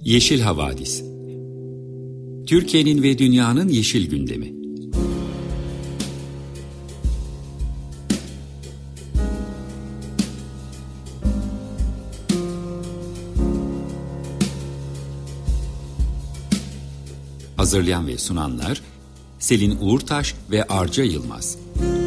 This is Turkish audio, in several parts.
Yeşil Havadis. Türkiye'nin ve dünyanın yeşil gündemi. Hazırlayan ve sunanlar Selin Uğurtaş ve Arca Yılmaz.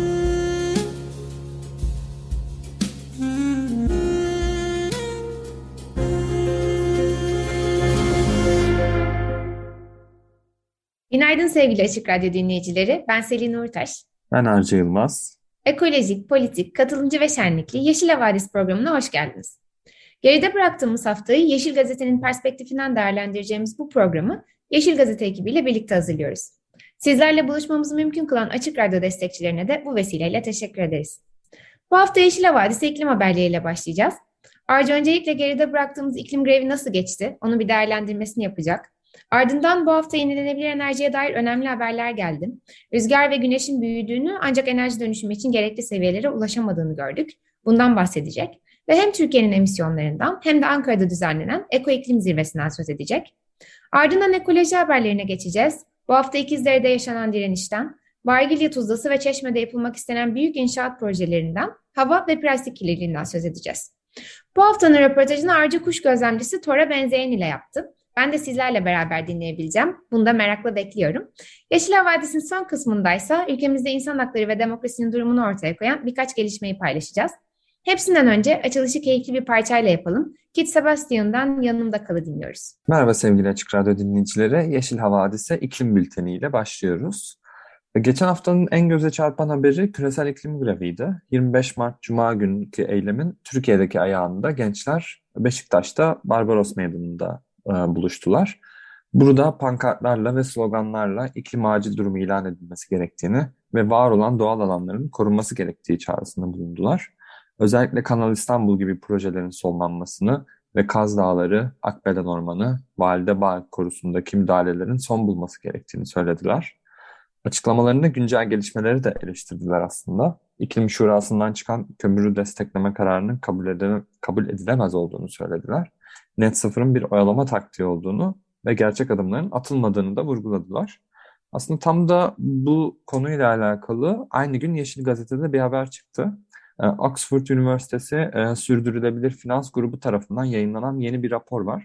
Günaydın sevgili Açık Radyo dinleyicileri. Ben Selin Uğurtaş. Ben Arca Yılmaz. Ekolojik, politik, katılımcı ve şenlikli Yeşil Havadis programına hoş geldiniz. Geride bıraktığımız haftayı Yeşil Gazete'nin perspektifinden değerlendireceğimiz bu programı Yeşil Gazete ekibiyle birlikte hazırlıyoruz. Sizlerle buluşmamızı mümkün kılan Açık Radyo destekçilerine de bu vesileyle teşekkür ederiz. Bu hafta Yeşil Havadis'e iklim haberleriyle başlayacağız. Arca öncelikle geride bıraktığımız iklim grevi nasıl geçti? Onu bir değerlendirmesini yapacak. Ardından bu hafta yenilenebilir enerjiye dair önemli haberler geldi. Rüzgar ve güneşin büyüdüğünü ancak enerji dönüşümü için gerekli seviyelere ulaşamadığını gördük. Bundan bahsedecek ve hem Türkiye'nin emisyonlarından hem de Ankara'da düzenlenen Eko İklim Zirvesi'nden söz edecek. Ardından ekoloji haberlerine geçeceğiz. Bu hafta İkizdere'de yaşanan direnişten, Vargilya Tuzlası ve Çeşme'de yapılmak istenen büyük inşaat projelerinden, hava ve plastik kirliliğinden söz edeceğiz. Bu haftanın röportajını Arca Kuş Gözlemcisi Tora Benzeyen ile yaptı. Ben de sizlerle beraber dinleyebileceğim. Bunu da merakla bekliyorum. Yeşil Havadis'in son kısmındaysa ülkemizde insan hakları ve demokrasinin durumunu ortaya koyan birkaç gelişmeyi paylaşacağız. Hepsinden önce açılışı keyifli bir parçayla yapalım. Kit Sebastian'dan Yanımda Kalı dinliyoruz. Merhaba sevgili Açık Radyo dinleyicileri. Yeşil Havadis'e iklim bülteniyle başlıyoruz. Geçen haftanın en göze çarpan haberi küresel iklim greviydi. 25 Mart Cuma günkü eylemin Türkiye'deki ayağında gençler Beşiktaş'ta Barbaros Meydanı'nda buluştular. Burada pankartlarla ve sloganlarla iklim acil durumu ilan edilmesi gerektiğini ve var olan doğal alanların korunması gerektiği çağrısında bulundular. Özellikle Kanal İstanbul gibi projelerin sonlanmasını ve Kaz Dağları, Akbelen Ormanı, Valide Bağ Korusu'ndaki müdahalelerin son bulması gerektiğini söylediler. Açıklamalarında güncel gelişmeleri de eleştirdiler aslında. İklim Şurası'ndan çıkan kömürü destekleme kararının kabul edilemez olduğunu söylediler. Net sıfırın bir oyalama taktiği olduğunu ve gerçek adımların atılmadığını da vurguladılar. Aslında tam da bu konuyla alakalı aynı gün Yeşil Gazete'de bir haber çıktı. Oxford Üniversitesi Sürdürülebilir Finans Grubu tarafından yayınlanan yeni bir rapor var.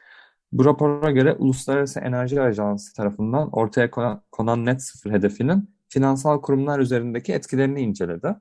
Bu rapora göre Uluslararası Enerji Ajansı tarafından ortaya konan net sıfır hedefinin finansal kurumlar üzerindeki etkilerini inceledi.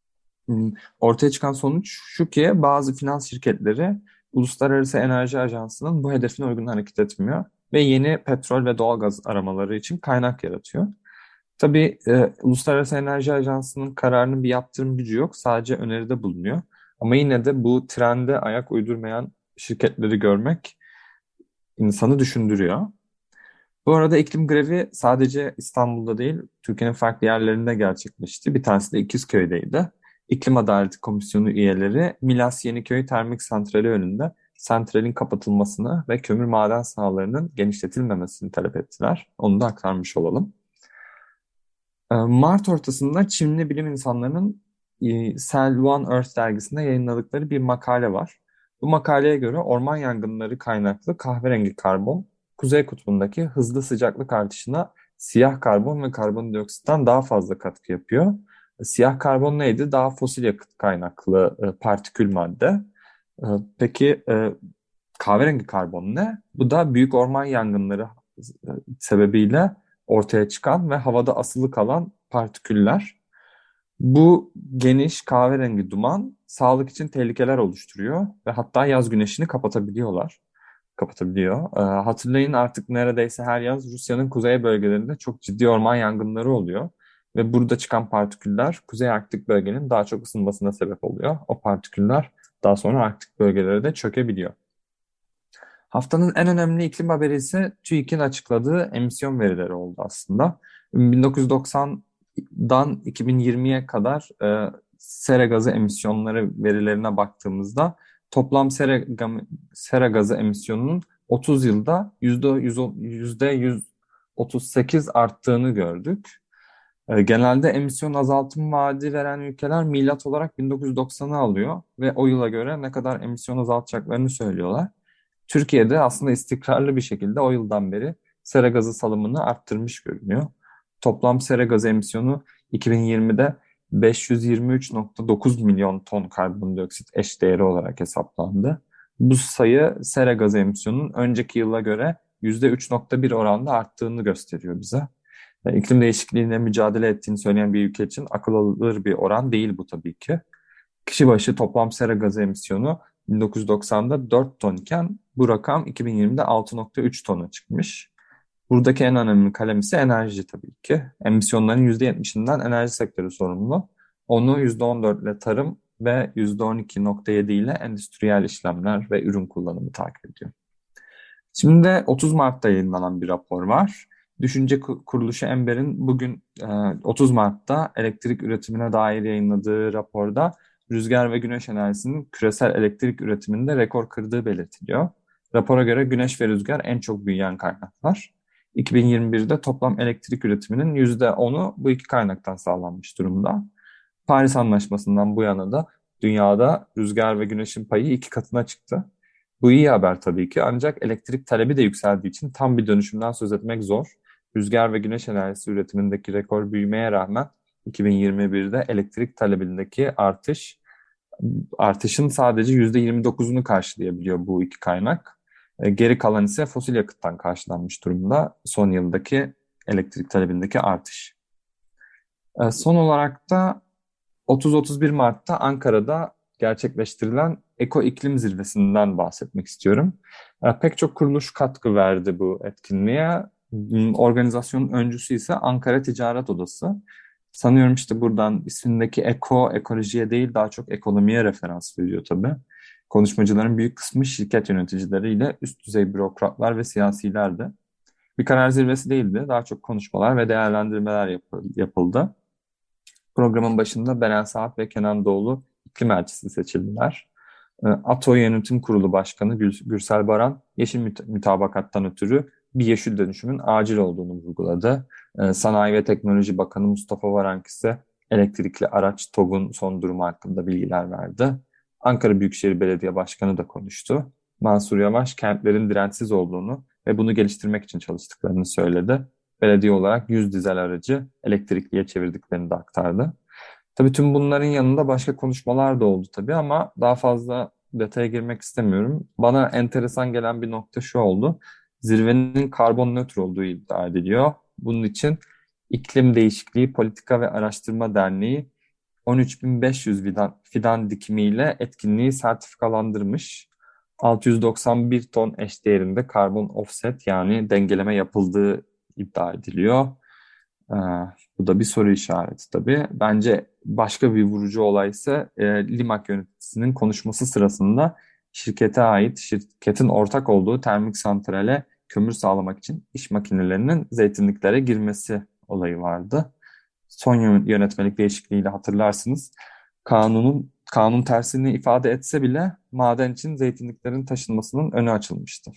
Ortaya çıkan sonuç şu ki bazı finans şirketleri Uluslararası Enerji Ajansı'nın bu hedefine uygun hareket etmiyor ve yeni petrol ve doğalgaz aramaları için kaynak yaratıyor. Tabii Uluslararası Enerji Ajansı'nın kararının bir yaptırım gücü yok, sadece öneride bulunuyor. Ama yine de bu trende ayak uydurmayan şirketleri görmek insanı düşündürüyor. Bu arada iklim grevi sadece İstanbul'da değil, Türkiye'nin farklı yerlerinde gerçekleşti. Bir tanesi de İkizköy'deydi. İklim Adaleti Komisyonu üyeleri Milas Yeniköy Termik Santrali önünde santralin kapatılmasını ve kömür maden sahalarının genişletilmemesini talep ettiler. Onu da aktarmış olalım. Mart ortasında Çinli bilim insanlarının Cell One Earth dergisinde yayınladıkları bir makale var. Bu makaleye göre orman yangınları kaynaklı kahverengi karbon, Kuzey Kutbu'ndaki hızlı sıcaklık artışına siyah karbon ve karbondioksitten daha fazla katkı yapıyor. Siyah karbon neydi? Daha fosil yakıt kaynaklı partikül madde. Peki kahverengi karbon ne? Bu da büyük orman yangınları sebebiyle ortaya çıkan ve havada asılı kalan partiküller. Bu geniş kahverengi duman sağlık için tehlikeler oluşturuyor ve hatta yaz güneşini kapatabiliyor. Hatırlayın, artık neredeyse her yaz Rusya'nın kuzey bölgelerinde çok ciddi orman yangınları oluyor. Ve burada çıkan partiküller Kuzey Arktik bölgenin daha çok ısınmasına sebep oluyor. O partiküller daha sonra Arktik bölgelere de çökebiliyor. Haftanın en önemli iklim haberi ise TÜİK'in açıkladığı emisyon verileri oldu aslında. 1990'dan 2020'ye kadar sera gazı emisyonları verilerine baktığımızda toplam sera gazı emisyonunun 30 yılda %138 arttığını gördük. Genelde emisyon azaltım vaadi veren ülkeler milat olarak 1990'ı alıyor ve o yıla göre ne kadar emisyon azaltacaklarını söylüyorlar. Türkiye'de aslında istikrarlı bir şekilde o yıldan beri sera gazı salımını arttırmış görünüyor. Toplam sera gazı emisyonu 2020'de 523,9 milyon ton karbondioksit eşdeğeri olarak hesaplandı. Bu sayı sera gazı emisyonunun önceki yıla göre %3,1 oranda arttığını gösteriyor bize. İklim değişikliğine mücadele ettiğini söyleyen bir ülke için akıl alır bir oran değil bu tabii ki. Kişi başı toplam sera gazı emisyonu 1990'da 4 ton iken bu rakam 2020'de 6,3 tona çıkmış. Buradaki en önemli kalem ise enerji tabii ki. Emisyonların %70'inden enerji sektörü sorumlu. Onu %14 ile tarım ve %12,7 ile endüstriyel işlemler ve ürün kullanımı takip ediyor. Şimdi de 30 Mart'ta yayınlanan bir rapor var. Düşünce kuruluşu Ember'in bugün 30 Mart'ta elektrik üretimine dair yayınladığı raporda rüzgar ve güneş enerjisinin küresel elektrik üretiminde rekor kırdığı belirtiliyor. Rapora göre güneş ve rüzgar en çok büyüyen kaynaklar. 2021'de toplam elektrik üretiminin %10'u bu iki kaynaktan sağlanmış durumda. Paris Anlaşması'ndan bu yana da dünyada rüzgar ve güneşin payı 2 katına çıktı. Bu iyi haber tabii ki, ancak elektrik talebi de yükseldiği için tam bir dönüşümden söz etmek zor. Rüzgar ve güneş enerjisi üretimindeki rekor büyümeye rağmen 2021'de elektrik talebindeki artışın sadece %29'unu karşılayabiliyor bu iki kaynak. Geri kalan ise fosil yakıttan karşılanmış durumda son yıldaki elektrik talebindeki artış. Son olarak da 30-31 Mart'ta Ankara'da gerçekleştirilen Eko İklim Zirvesi'nden bahsetmek istiyorum. Pek çok kuruluş katkı verdi bu etkinliğe. Organizasyonun öncüsü ise Ankara Ticaret Odası. Sanıyorum işte buradan ismindeki eko, ekolojiye değil daha çok ekonomiye referans veriyor tabii. Konuşmacıların büyük kısmı şirket yöneticileriyle üst düzey bürokratlar ve siyasilerdi. Bir karar zirvesi değildi, daha çok konuşmalar ve değerlendirmeler yapıldı. Programın başında Beren Saat ve Kenan Doğulu iklim elçisi seçildiler. ATO Yönetim Kurulu Başkanı Gürsel Baran, yeşil mütabakattan ötürü bir yeşil dönüşümün acil olduğunu vurguladı. Sanayi ve Teknoloji Bakanı Mustafa Varank ise elektrikli araç TOG'un son durumu hakkında bilgiler verdi. Ankara Büyükşehir Belediye Başkanı da konuştu. Mansur Yavaş, kentlerin dirençsiz olduğunu ve bunu geliştirmek için çalıştıklarını söyledi. Belediye olarak 100 dizel aracı elektrikliye çevirdiklerini de aktardı. Tabii tüm bunların yanında başka konuşmalar da oldu tabii ama daha fazla detaya girmek istemiyorum. Bana enteresan gelen bir nokta şu oldu. Zirvenin karbon nötr olduğu iddia ediliyor. Bunun için İklim Değişikliği Politika ve Araştırma Derneği 13.500 fidan dikimiyle etkinliği sertifikalandırmış. 691 ton eşdeğerinde karbon offset yani dengeleme yapıldığı iddia ediliyor. Ee, Bu da bir soru işareti tabii. Bence başka bir vurucu olay ise Limak yöneticisinin konuşması sırasında şirketin ortak olduğu termik santrale kömür sağlamak için iş makinelerinin zeytinliklere girmesi olayı vardı. Son yönetmelik değişikliğiyle hatırlarsınız. Kanun tersini ifade etse bile maden için zeytinliklerin taşınmasının önü açılmıştı.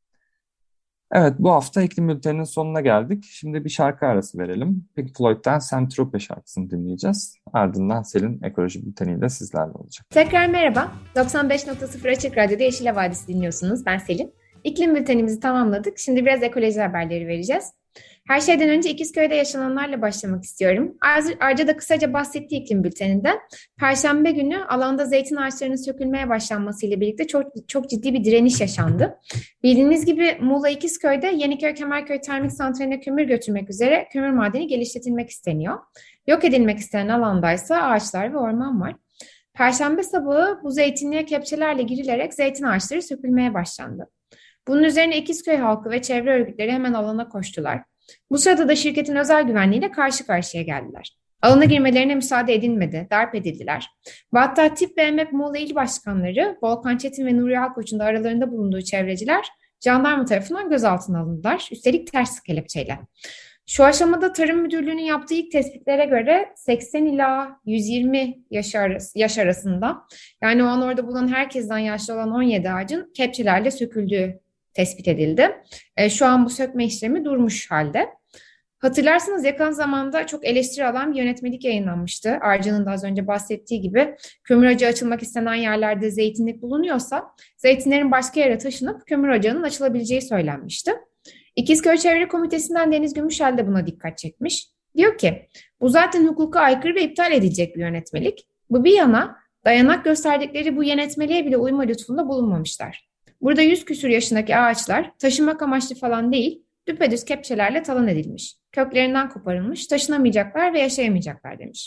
Evet, bu hafta iklim bülteninin sonuna geldik. Şimdi bir şarkı arası verelim. Pink Floyd'dan Saint-Tropez şarkısını dinleyeceğiz. Ardından Selin ekoloji bülteniyle sizlerle olacak. Tekrar merhaba. 95.0 Açık Radyo'da Yeşil Havadis dinliyorsunuz. Ben Selin. İklim bültenimizi tamamladık. Şimdi biraz ekoloji haberleri vereceğiz. Her şeyden önce İkizköy'de yaşananlarla başlamak istiyorum. Arca da kısaca bahsettiği iklim bülteninden. Perşembe günü alanda zeytin ağaçlarının sökülmeye başlanmasıyla birlikte çok ciddi bir direniş yaşandı. Bildiğiniz gibi Muğla İkizköy'de Yeniköy-Kemerköy Termik Santrali'ne kömür götürmek üzere kömür madeni geliştirilmek isteniyor. Yok edilmek istenen alandaysa ağaçlar ve orman var. Perşembe sabahı bu zeytinliğe kepçelerle girilerek zeytin ağaçları sökülmeye başlandı. Bunun üzerine İkizköy halkı ve çevre örgütleri hemen alana koştular. Bu sırada da şirketin özel güvenliğiyle karşı karşıya geldiler. Alana girmelerine müsaade edilmedi, darp edildiler. Ve hatta TİP ve EMEP Muğla İl Başkanları Volkan Çetin ve Nuri Alkoç'un da aralarında bulunduğu çevreciler jandarma tarafından gözaltına alındılar. Üstelik ters kelepçeyle. Şu aşamada Tarım Müdürlüğü'nün yaptığı ilk tespitlere göre 80 ila 120 yaş arasında, yani o an orada bulunan herkesten yaşlı olan 17 ağacın kepçelerle söküldüğü tespit edildi. Şu an bu sökme işlemi durmuş halde. Hatırlarsanız yakın zamanda çok eleştiri alan bir yönetmelik yayınlanmıştı. Arca'nın da az önce bahsettiği gibi kömür ocağı açılmak istenen yerlerde zeytinlik bulunuyorsa zeytinlerin başka yere taşınıp kömür ocağının açılabileceği söylenmişti. İkizköy Çevre Komitesi'nden Deniz Gümüşel de buna dikkat çekmiş. Diyor ki bu zaten hukuka aykırı ve iptal edilecek bir yönetmelik. Bu bir yana dayanak gösterdikleri bu yönetmeliğe bile uyma lütfunda bulunmamışlar. Burada 100 küsur yaşındaki ağaçlar taşınmak amaçlı falan değil, düpedüz kepçelerle talan edilmiş. Köklerinden koparılmış, taşınamayacaklar ve yaşayamayacaklar demiş.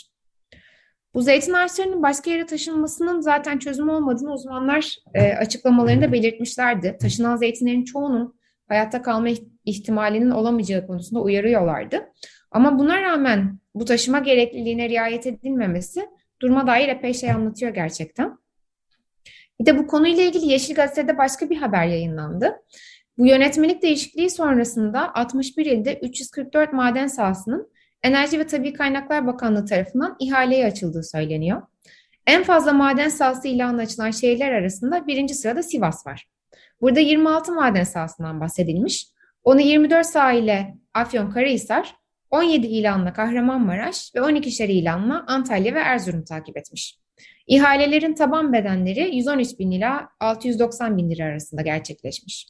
Bu zeytin ağaçlarının başka yere taşınmasının zaten çözüm olmadığını uzmanlar açıklamalarında belirtmişlerdi. Taşınan zeytinlerin çoğunun hayatta kalma ihtimalinin olamayacağı konusunda uyarıyorlardı. Ama buna rağmen bu taşıma gerekliliğine riayet edilmemesi duruma dair epey şey anlatıyor gerçekten. Bir de bu konuyla ilgili Yeşil Gazete'de başka bir haber yayınlandı. Bu yönetmelik değişikliği sonrasında 61 ilde 344 maden sahasının Enerji ve Tabii Kaynaklar Bakanlığı tarafından ihaleye açıldığı söyleniyor. En fazla maden sahası ilanına açılan şehirler arasında birinci sırada Sivas var. Burada 26 maden sahasından bahsedilmiş. Onu 24 saha ile Afyonkarahisar, 17 ilanla Kahramanmaraş ve 12'şer ilanla Antalya ve Erzurum takip etmiş. İhalelerin taban bedenleri 113 bin ila 690 bin lira arasında gerçekleşmiş.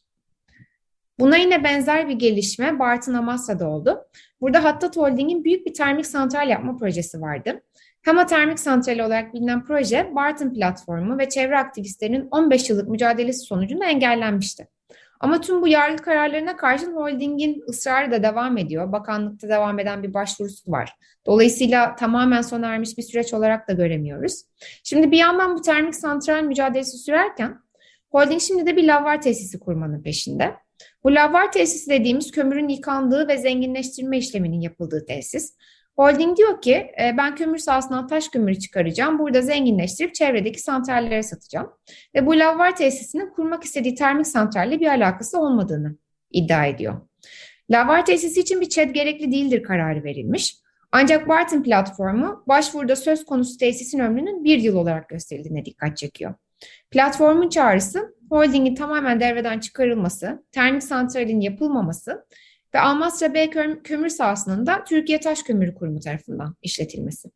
Buna yine benzer bir gelişme Bartın Amasya'da oldu. Burada Hattat Holding'in büyük bir termik santral yapma projesi vardı. Hama Termik Santrali olarak bilinen proje, Bartın platformu ve çevre aktivistlerinin 15 yıllık mücadelesi sonucunda engellenmişti. Ama tüm bu yargı kararlarına karşın holdingin ısrarı da devam ediyor. Bakanlıkta devam eden bir başvurusu var. Dolayısıyla tamamen sona ermiş bir süreç olarak da göremiyoruz. Şimdi bir yandan bu termik santral mücadelesi sürerken holding şimdi de bir lavar tesisi kurmanın peşinde. Bu lavar tesisi dediğimiz kömürün yıkandığı ve zenginleştirme işleminin yapıldığı tesis. Holding diyor ki ben kömür sahasından taş kömürü çıkaracağım. Burada zenginleştirip çevredeki santrallere satacağım. Ve bu lavar tesisinin kurmak istediği termik santralle bir alakası olmadığını iddia ediyor. Lavar tesisi için bir ÇED gerekli değildir kararı verilmiş. Ancak Bartın platformu başvuruda söz konusu tesisin ömrünün 1 yıl olarak gösterildiğine dikkat çekiyor. Platformun çağrısı holdingin tamamen devreden çıkarılması, termik santralin yapılmaması ve Amasra B kömür sahasının da Türkiye Taş Kömürü Kurumu tarafından işletilmesi.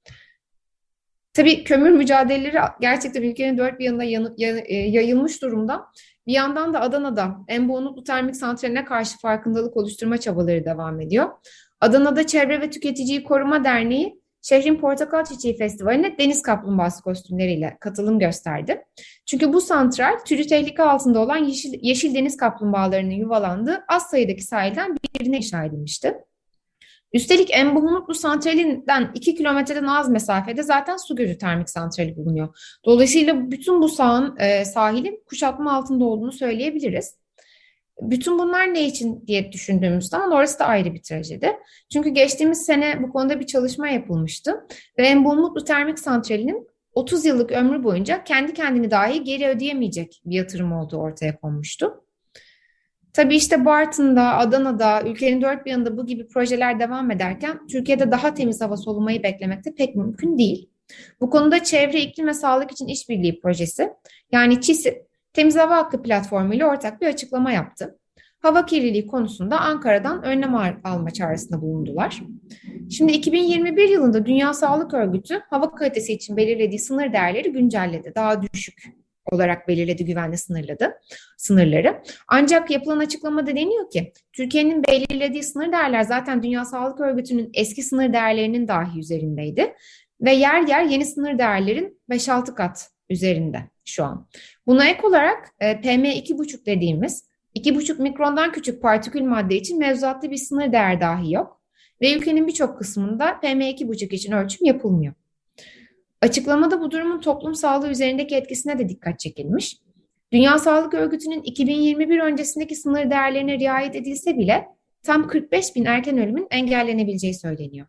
Tabii kömür mücadeleleri gerçekten ülkenin dört bir yanına yayılmış durumda. Bir yandan da Adana'da Emboğluklu Termik Santrali'ne karşı farkındalık oluşturma çabaları devam ediyor. Adana'da Çevre ve Tüketiciyi Koruma Derneği şehrin Portakal Çiçeği Festivali'ne deniz kaplumbağası kostümleriyle katılım gösterdi. Çünkü bu santral türü tehlike altında olan yeşil deniz kaplumbağalarının yuvalandığı az sayıdaki sahilden birine inşa edilmişti. Üstelik Emboğluklu santralinden 2 kilometreden az mesafede zaten Sugözü Termik Santrali bulunuyor. Dolayısıyla bütün bu sahilin kuşatma altında olduğunu söyleyebiliriz. Bütün bunlar ne için diye düşündüğümüz zaman orası da ayrı bir trajedi. Çünkü geçtiğimiz sene bu konuda bir çalışma yapılmıştı. Ve Emboğluklu Termik Santrali'nin 30 yıllık ömrü boyunca kendi kendini dahi geri ödeyemeyecek bir yatırım olduğu ortaya konmuştu. Tabii işte Bartın'da, Adana'da, ülkenin dört bir yanında bu gibi projeler devam ederken Türkiye'de daha temiz hava solumayı beklemek de pek mümkün değil. Bu konuda Çevre, İklim ve Sağlık için İşbirliği Projesi, yani ÇİSİP, Temiz Hava Hakkı platformu ile ortak bir açıklama yaptı. Hava kirliliği konusunda Ankara'dan önlem alma çağrısında bulundular. Şimdi 2021 yılında Dünya Sağlık Örgütü hava kalitesi için belirlediği sınır değerleri güncelledi. Daha düşük olarak belirledi, güvenli sınırları. Ancak yapılan açıklamada deniyor ki Türkiye'nin belirlediği sınır değerler zaten Dünya Sağlık Örgütü'nün eski sınır değerlerinin dahi üzerindeydi. Ve yer yer yeni sınır değerlerin 5-6 kat üzerinde şu an. Buna ek olarak PM2,5 dediğimiz 2,5 mikrondan küçük partikül madde için mevzuatta bir sınır değer dahi yok. Ve ülkenin birçok kısmında PM2,5 için ölçüm yapılmıyor. Açıklamada bu durumun toplum sağlığı üzerindeki etkisine de dikkat çekilmiş. Dünya Sağlık Örgütü'nün 2021 öncesindeki sınır değerlerine riayet edilse bile tam 45 bin erken ölümün engellenebileceği söyleniyor.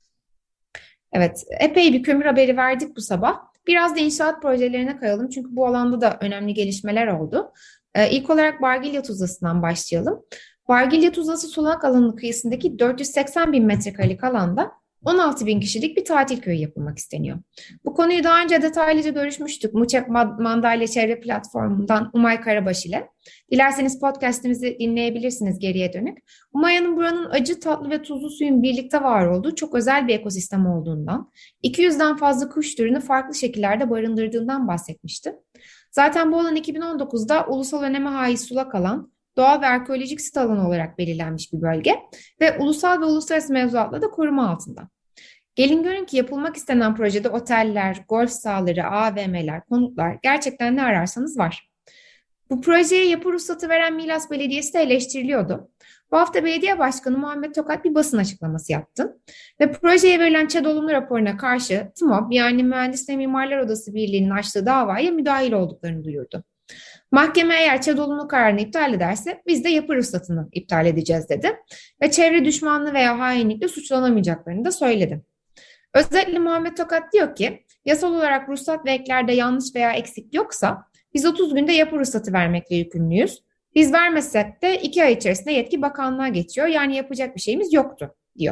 Evet, epey bir kömür haberi verdik bu sabah. Biraz da inşaat projelerine kayalım çünkü bu alanda da önemli gelişmeler oldu. İlk olarak Bargilya Tuzlası'ndan başlayalım. Bargilya Tuzlası sulak alanı kıyısındaki 480 bin metrekarelik alanda 16 bin kişilik bir tatil köyü yapılmak isteniyor. Bu konuyu daha önce detaylıca görüşmüştük. Muçak Mandalya Çevre Platformu'ndan Umay Karabaş ile. Dilerseniz podcastimizi dinleyebilirsiniz geriye dönük. Umay'ın buranın acı, tatlı ve tuzlu suyun birlikte var olduğu çok özel bir ekosistem olduğundan, 200'den fazla kuş türünü farklı şekillerde barındırdığından bahsetmişti. Zaten bu alan 2019'da ulusal öneme haiz sulak alan, doğal ve arkeolojik sit alanı olarak belirlenmiş bir bölge ve ulusal ve uluslararası mevzuatla da koruma altında. Gelin görün ki yapılmak istenen projede oteller, golf sahaları, AVM'ler, konutlar gerçekten ne ararsanız var. Bu projeye yapı ruhsatı veren Milas Belediyesi de eleştiriliyordu. Bu hafta belediye başkanı Muhammed Tokat bir basın açıklaması yaptı. Ve projeye verilen ÇED olumlu raporuna karşı TMOB yani Mühendis ve Mimarlar Odası Birliği'nin açtığı davaya müdahil olduklarını duyurdu. Mahkeme eğer ÇED olumlu kararını iptal ederse biz de yapı ruhsatını iptal edeceğiz dedi. Ve çevre düşmanlığı veya hainlikle suçlanamayacaklarını da söyledi. Özellikle Muhammed Tokat diyor ki yasal olarak ruhsat ve eklerde yanlış veya eksik yoksa biz 30 günde yapı ruhsatı vermekle yükümlüyüz. Biz vermezsek de 2 ay içerisinde yetki bakanlığa geçiyor. Yani yapacak bir şeyimiz yoktu diyor.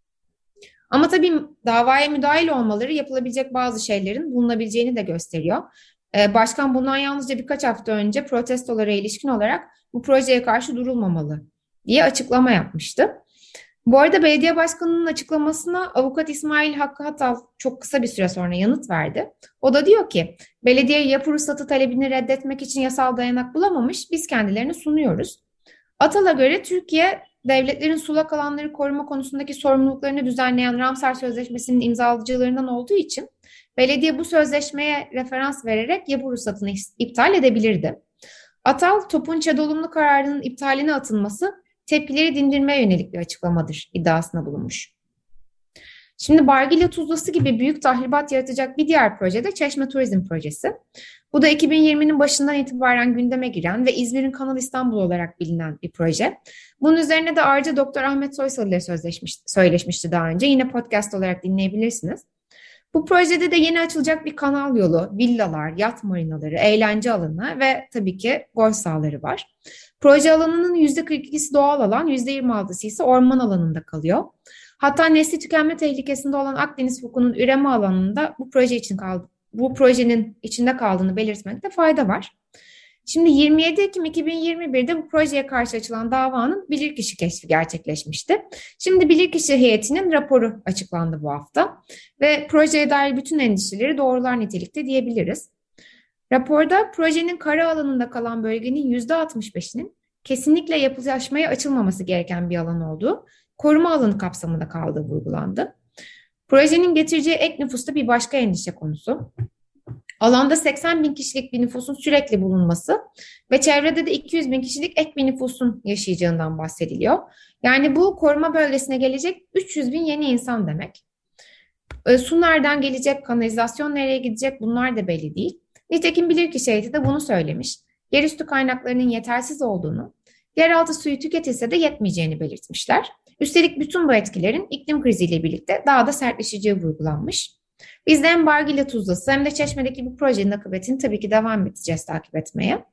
Ama tabii davaya müdahil olmaları yapılabilecek bazı şeylerin bulunabileceğini de gösteriyor. Başkan bundan yalnızca birkaç hafta önce protestolara ilişkin olarak bu projeye karşı durulmamalı diye açıklama yapmıştı. Bu arada belediye başkanının açıklamasına avukat İsmail Hakkı Hatal çok kısa bir süre sonra yanıt verdi. O da diyor ki belediye yapı ruhsatı talebini reddetmek için yasal dayanak bulamamış, biz kendilerini sunuyoruz. Atal'a göre Türkiye devletlerin sulak alanları koruma konusundaki sorumluluklarını düzenleyen Ramsar Sözleşmesi'nin imzalıcılarından olduğu için belediye bu sözleşmeye referans vererek yapı ruhsatını iptal edebilirdi. Atal, TOP'un ÇED olumlu kararının iptaline atılması tepkileri dindirmeye yönelik bir açıklamadır iddiasına bulunmuş. Şimdi Bargilya Tuzlası gibi büyük tahribat yaratacak bir diğer proje de Çeşme Turizm Projesi. Bu da 2020'nin başından itibaren gündeme giren ve İzmir'in Kanal İstanbul olarak bilinen bir proje. Bunun üzerine de ayrıca Doktor Ahmet Soysal ile söyleşmişti daha önce. Yine podcast olarak dinleyebilirsiniz. Bu projede de yeni açılacak bir kanal yolu, villalar, yat marinaları, eğlence alanı ve tabii ki golf sahaları var. Proje alanının %42'si doğal alan, %26'sı ise orman alanında kalıyor. Hatta nesli tükenme tehlikesinde olan Akdeniz fokunun üreme alanında bu projenin içinde kaldığını belirtmekte fayda var. Şimdi 27 Ekim 2021'de bu projeye karşı açılan davanın bilirkişi keşfi gerçekleşmişti. Şimdi bilirkişi heyetinin raporu açıklandı bu hafta ve projeye dair bütün endişeleri doğrular nitelikte diyebiliriz. Raporda projenin kara alanında kalan bölgenin %65'inin kesinlikle yapılaşmaya açılmaması gereken bir alan olduğu, koruma alanı kapsamında kaldığı vurgulandı. Projenin getireceği ek nüfus da bir başka endişe konusu. Alanda 80 bin kişilik bir nüfusun sürekli bulunması ve çevrede de 200 bin kişilik ek bir nüfusun yaşayacağından bahsediliyor. Yani bu koruma bölgesine gelecek 300 bin yeni insan demek. Su nereden gelecek, kanalizasyon nereye gidecek bunlar da belli değil. Nitekim bilirkişi heyeti de bunu söylemiş. Yerüstü kaynaklarının yetersiz olduğunu, yeraltı suyu tüketilse de yetmeyeceğini belirtmişler. Üstelik bütün bu etkilerin iklim kriziyle birlikte daha da sertleşeceği vurgulanmış. Biz de hem Bargilya Tuzlası hem de Çeşme'deki bu projenin akıbetini tabii ki devam edeceğiz takip etmeye.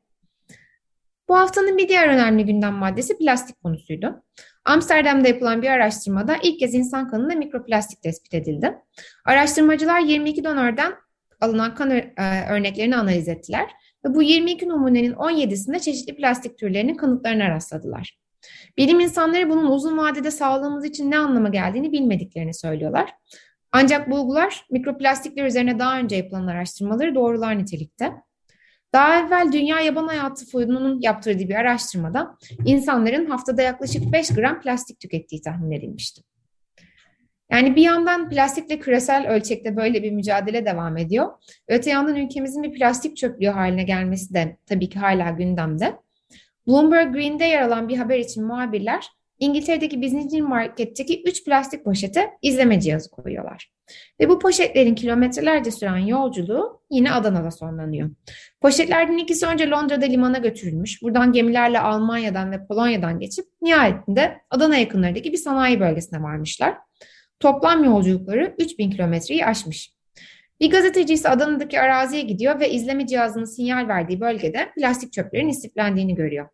Bu haftanın bir diğer önemli gündem maddesi plastik konusuydu. Amsterdam'da yapılan bir araştırmada ilk kez insan kanında mikroplastik tespit edildi. Araştırmacılar 22 donörden alınan kan örneklerini analiz ettiler ve bu 22 numunenin 17'sinde çeşitli plastik türlerinin kanıtlarına rastladılar. Bilim insanları bunun uzun vadede sağlığımız için ne anlama geldiğini bilmediklerini söylüyorlar. Ancak bulgular mikroplastikler üzerine daha önce yapılan araştırmaları doğrular nitelikte. Daha evvel Dünya Yaban Hayatı Fonu'nun yaptırdığı bir araştırmada insanların haftada yaklaşık 5 gram plastik tükettiği tahmin edilmişti. Yani bir yandan plastikle küresel ölçekte böyle bir mücadele devam ediyor. Öte yandan ülkemizin bir plastik çöplüğü haline gelmesi de tabii ki hala gündemde. Bloomberg Green'de yer alan bir haber için muhabirler İngiltere'deki Business Market'teki 3 plastik poşete izleme cihazı koyuyorlar. Ve bu poşetlerin kilometrelerce süren yolculuğu yine Adana'da sonlanıyor. Poşetlerden ikisi önce Londra'da limana götürülmüş. Buradan gemilerle Almanya'dan ve Polonya'dan geçip nihayetinde Adana yakınlarındaki bir sanayi bölgesine varmışlar. Toplam yolculukları 3000 kilometreyi aşmış. Bir gazeteci ise Adana'daki araziye gidiyor ve izleme cihazının sinyal verdiği bölgede plastik çöplerin istiflendiğini görüyor.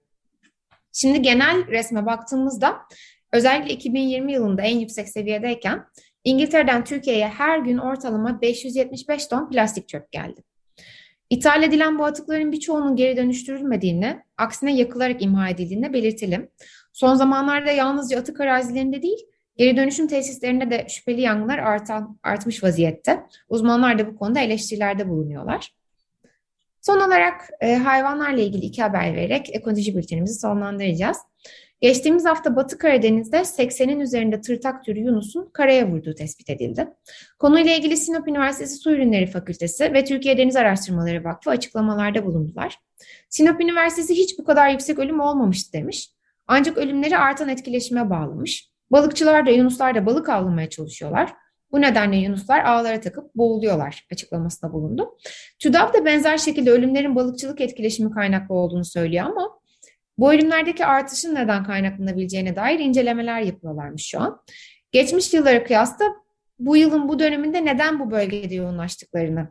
Şimdi genel resme baktığımızda özellikle 2020 yılında en yüksek seviyedeyken İngiltere'den Türkiye'ye her gün ortalama 575 ton plastik çöp geldi. İthal edilen bu atıkların birçoğunun geri dönüştürülmediğini, aksine yakılarak imha edildiğini belirtelim. Son zamanlarda yalnızca atık arazilerinde değil, geri dönüşüm tesislerinde de şüpheli yangınlar artmış vaziyette. Uzmanlar da bu konuda eleştirilerde bulunuyorlar. Son olarak hayvanlarla ilgili iki haber vererek ekoloji bültenimizi sonlandıracağız. Geçtiğimiz hafta Batı Karadeniz'de 80'in üzerinde tırtak türü Yunus'un karaya vurduğu tespit edildi. Konuyla ilgili Sinop Üniversitesi Su Ürünleri Fakültesi ve Türkiye Deniz Araştırmaları Vakfı açıklamalarda bulundular. Sinop Üniversitesi hiç bu kadar yüksek ölüm olmamıştı demiş. Ancak ölümleri artan etkileşime bağlamış. Balıkçılar da Yunuslar da balık avlamaya çalışıyorlar. Bu nedenle Yunuslar ağlara takıp boğuluyorlar açıklamasında bulundu. TÜDAV da benzer şekilde ölümlerin balıkçılık etkileşimi kaynaklı olduğunu söylüyor ama bu ölümlerdeki artışın neden kaynaklanabileceğine dair incelemeler yapıyorlarmış şu an. Geçmiş yıllara kıyasla bu yılın bu döneminde neden bu bölgede yoğunlaştıklarını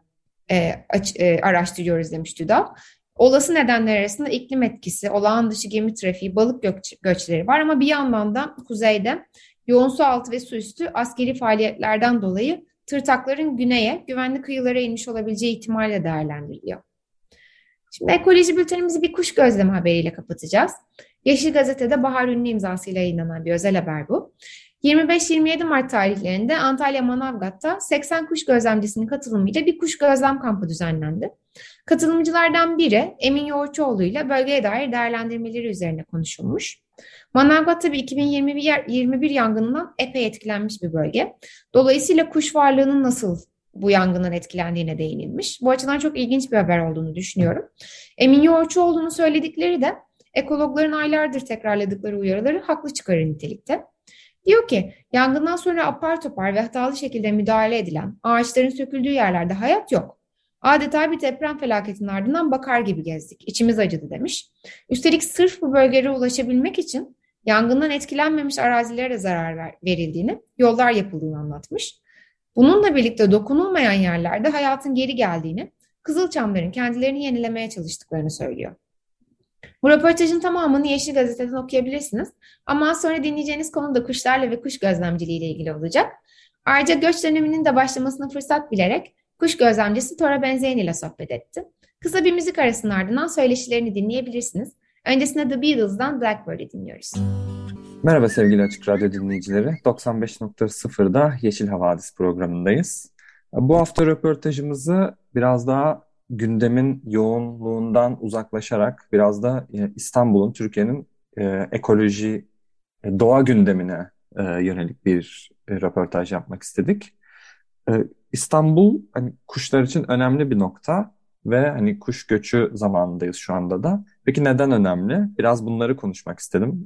araştırıyoruz demiş TÜDAV. Olası nedenler arasında iklim etkisi, olağan dışı gemi trafiği, balık göçleri var ama bir yandan da kuzeyde yoğun su altı ve su üstü askeri faaliyetlerden dolayı tırtakların güneye, güvenli kıyılara inmiş olabileceği ihtimalle değerlendiriliyor. Şimdi ekoloji bültenimizi bir kuş gözlemi haberiyle kapatacağız. Yeşil Gazete'de Bahar Ünlü imzasıyla yayınlanan bir özel haber bu. 25-27 Mart tarihlerinde Antalya Manavgat'ta 80 kuş gözlemcisinin katılımıyla bir kuş gözlem kampı düzenlendi. Katılımcılardan biri Emin Yoğurtçuoğlu ile bölgeye dair değerlendirmeleri üzerine konuşulmuş. Manavgat tabii 2021 yangınından epey etkilenmiş bir bölge. Dolayısıyla kuş varlığının nasıl bu yangından etkilendiğine değinilmiş. Bu açıdan çok ilginç bir haber olduğunu düşünüyorum. Emin Yoğurtçuoğlu'nun söyledikleri de ekologların aylardır tekrarladıkları uyarıları haklı çıkarır nitelikte. Diyor ki, yangından sonra apar topar ve hatalı şekilde müdahale edilen ağaçların söküldüğü yerlerde hayat yok. Adeta bir deprem felaketinin ardından bakar gibi gezdik. İçimiz acıdı demiş. Üstelik sırf bu bölgelere ulaşabilmek için yangından etkilenmemiş arazilere de zarar verildiğini, yollar yapıldığını anlatmış. Bununla birlikte dokunulmayan yerlerde hayatın geri geldiğini, Kızılçamların kendilerini yenilemeye çalıştıklarını söylüyor. Bu röportajın tamamını Yeşil Gazete'den okuyabilirsiniz. Ama sonra dinleyeceğiniz konu da kuşlarla ve kuş gözlemciliği ile ilgili olacak. Ayrıca göç döneminin de başlamasını fırsat bilerek kuş gözlemcisi Tora Benzeyen ile sohbet etti. Kısa bir müzik arasının ardından söyleşilerini dinleyebilirsiniz. Öncesinde The Beatles'dan Blackbird'i dinliyoruz. Merhaba sevgili Açık Radyo dinleyicileri. 95.0'da Yeşil Havadis programındayız. Bu hafta röportajımızı biraz daha gündemin yoğunluğundan uzaklaşarak biraz da İstanbul'un, Türkiye'nin ekoloji, doğa gündemine yönelik bir röportaj yapmak istedik. İstanbul hani kuşlar için önemli bir nokta ve hani kuş göçü zamanındayız şu anda da. Peki neden önemli? Biraz bunları konuşmak istedim.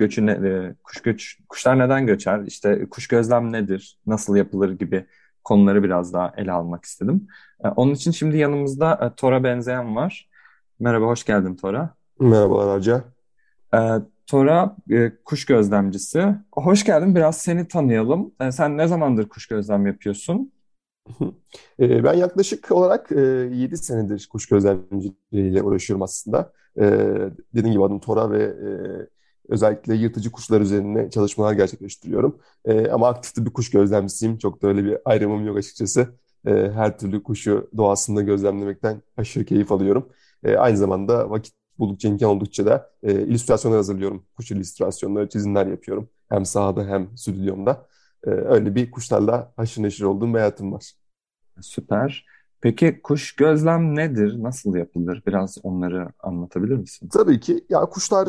Kuşlar neden göçer? İşte kuş gözlem nedir? Nasıl yapılır gibi konuları biraz daha ele almak istedim. Onun için şimdi yanımızda Tora Benzeyen var. Merhaba, hoş geldin Tora. Merhabalar Arca. E, Tora kuş gözlemcisi. Hoş geldin. Biraz seni tanıyalım. Sen ne zamandır kuş gözlem yapıyorsun? Ben yaklaşık olarak 7 senedir kuş gözlemciliğiyle uğraşıyorum aslında. Dediğim gibi adım Tora ve özellikle yırtıcı kuşlar üzerine çalışmalar gerçekleştiriyorum. Ama aktif de bir kuş gözlemcisiyim. Çok da öyle bir ayrımım yok açıkçası. Her türlü kuşu doğasında gözlemlemekten aşırı keyif alıyorum. Aynı zamanda vakit buldukça, imkan oldukça da illüstrasyonlar hazırlıyorum. Kuş illüstrasyonları, çizimler yapıyorum. Hem sahada hem stüdyomda. Öyle bir kuşlarla haşır neşir olduğum bir hayatım var. Süper. Peki kuş gözlem nedir? Nasıl yapılır? Biraz onları anlatabilir misin? Tabii ki ya kuşlar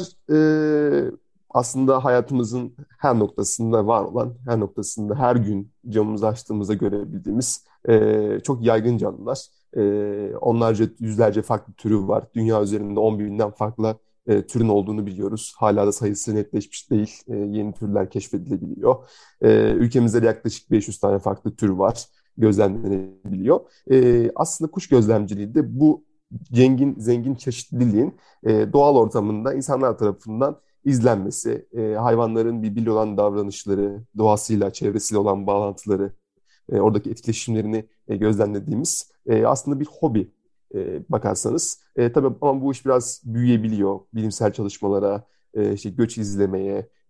aslında hayatımızın her noktasında var olan, her noktasında her gün camımızı açtığımızda görebildiğimiz çok yaygın canlılar. Onlarca, yüzlerce farklı türü var. Dünya üzerinde 10 binden farklı türün olduğunu biliyoruz. Hala da sayısı netleşmiş değil. Yeni türler keşfedilebiliyor. Ülkemizde de yaklaşık 500 tane farklı tür var. Gözlemlenebiliyor. Aslında kuş gözlemciliği de bu zengin çeşitliliğin doğal ortamında insanlar tarafından izlenmesi, hayvanların birbiriyle olan davranışları, doğasıyla, çevresiyle olan bağlantıları, oradaki etkileşimlerini gözlemlediğimiz aslında bir hobi bakarsanız. Tabii ama bu iş biraz büyüyebiliyor. Bilimsel çalışmalara, işte göç izlemeye,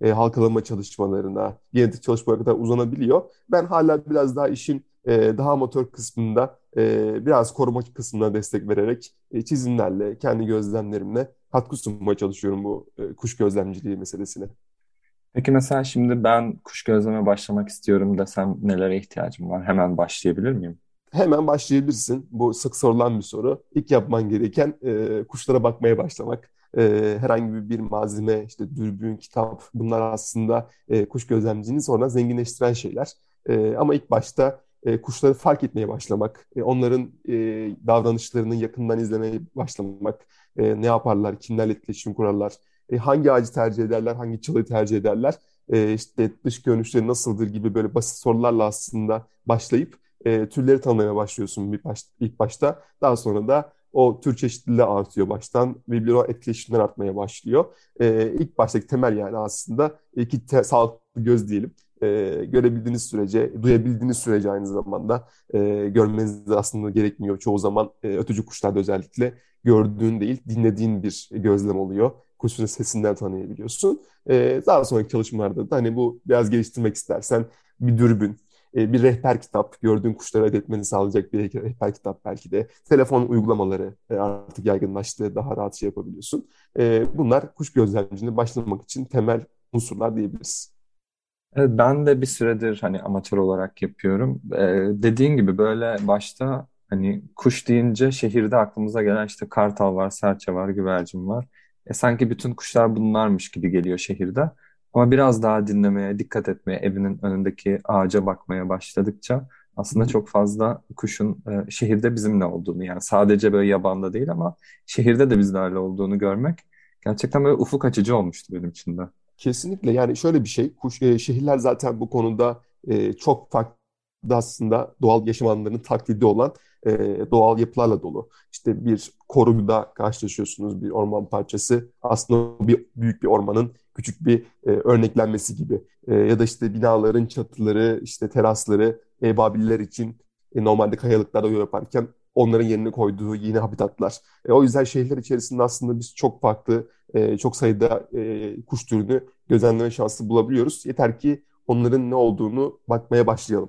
halkalama çalışmalarına, genetik çalışmalarına kadar uzanabiliyor. Ben hala biraz daha işin daha amatör kısmında, biraz koruma kısmına destek vererek çizimlerle, kendi gözlemlerimle katkı sunmaya çalışıyorum bu kuş gözlemciliği meselesine. Peki mesela şimdi ben kuş gözleme başlamak istiyorum desem nelere ihtiyacım var? Hemen başlayabilir miyim? Hemen başlayabilirsin. Bu sık sorulan bir soru. İlk yapman gereken kuşlara bakmaya başlamak. Herhangi bir malzeme, işte dürbün, kitap, bunlar aslında kuş gözlemciliğini sonra zenginleştiren şeyler. Ama ilk başta kuşları fark etmeye başlamak, onların davranışlarını yakından izlemeye başlamak, ne yaparlar, kimlerle etkileşim kurarlar, hangi ağacı tercih ederler, hangi çalıyı tercih ederler, işte dış görünüşleri nasıldır gibi böyle basit sorularla aslında başlayıp türleri tanımaya başlıyorsun ilk başta. Daha sonra da o tür çeşitliliği artıyor baştan. Birbirine etkileşimler artmaya başlıyor. İlk baştaki temel yani aslında sağlıklı göz diyelim. Görebildiğiniz sürece, duyabildiğiniz sürece aynı zamanda görmeniz de aslında gerekmiyor. Çoğu zaman ötücü kuşlarda özellikle gördüğün değil, dinlediğin bir gözlem oluyor. Kuşun sesinden tanıyabiliyorsun. Daha sonraki çalışmalarda da hani bu biraz geliştirmek istersen bir dürbün, bir rehber kitap, gördüğün kuşları ayırt etmeni sağlayacak bir rehber kitap belki de. Telefon uygulamaları artık yaygınlaştı, daha rahat şey yapabiliyorsun. Bunlar kuş gözlemciliğine başlamak için temel unsurlar diyebiliriz. Evet, ben de bir süredir hani amatör olarak yapıyorum. Dediğin gibi böyle başta hani kuş deyince şehirde aklımıza gelen işte kartal var, serçe var, güvercin var. Sanki bütün kuşlar bunlarmış gibi geliyor şehirde. Ama biraz daha dinlemeye, dikkat etmeye, evinin önündeki ağaca bakmaya başladıkça aslında çok fazla kuşun şehirde bizimle olduğunu, yani sadece böyle yabanda değil ama şehirde de bizlerle olduğunu görmek gerçekten böyle ufuk açıcı olmuştu benim için de. Kesinlikle, yani şöyle bir şey, şehirler zaten bu konuda çok farklı aslında doğal yaşam alanlarının taklidi olan doğal yapılarla dolu. İşte bir koruda karşılaşıyorsunuz, bir orman parçası aslında büyük bir ormanın küçük bir örneklenmesi gibi. Ya da işte binaların çatıları, işte terasları babiller için normalde kayalıklarda yol yaparken onların yerine koyduğu yeni habitatlar. O yüzden şehirler içerisinde aslında biz çok farklı, çok sayıda kuş türünü gözlemleme şansı bulabiliyoruz. Yeter ki onların ne olduğunu bakmaya başlayalım.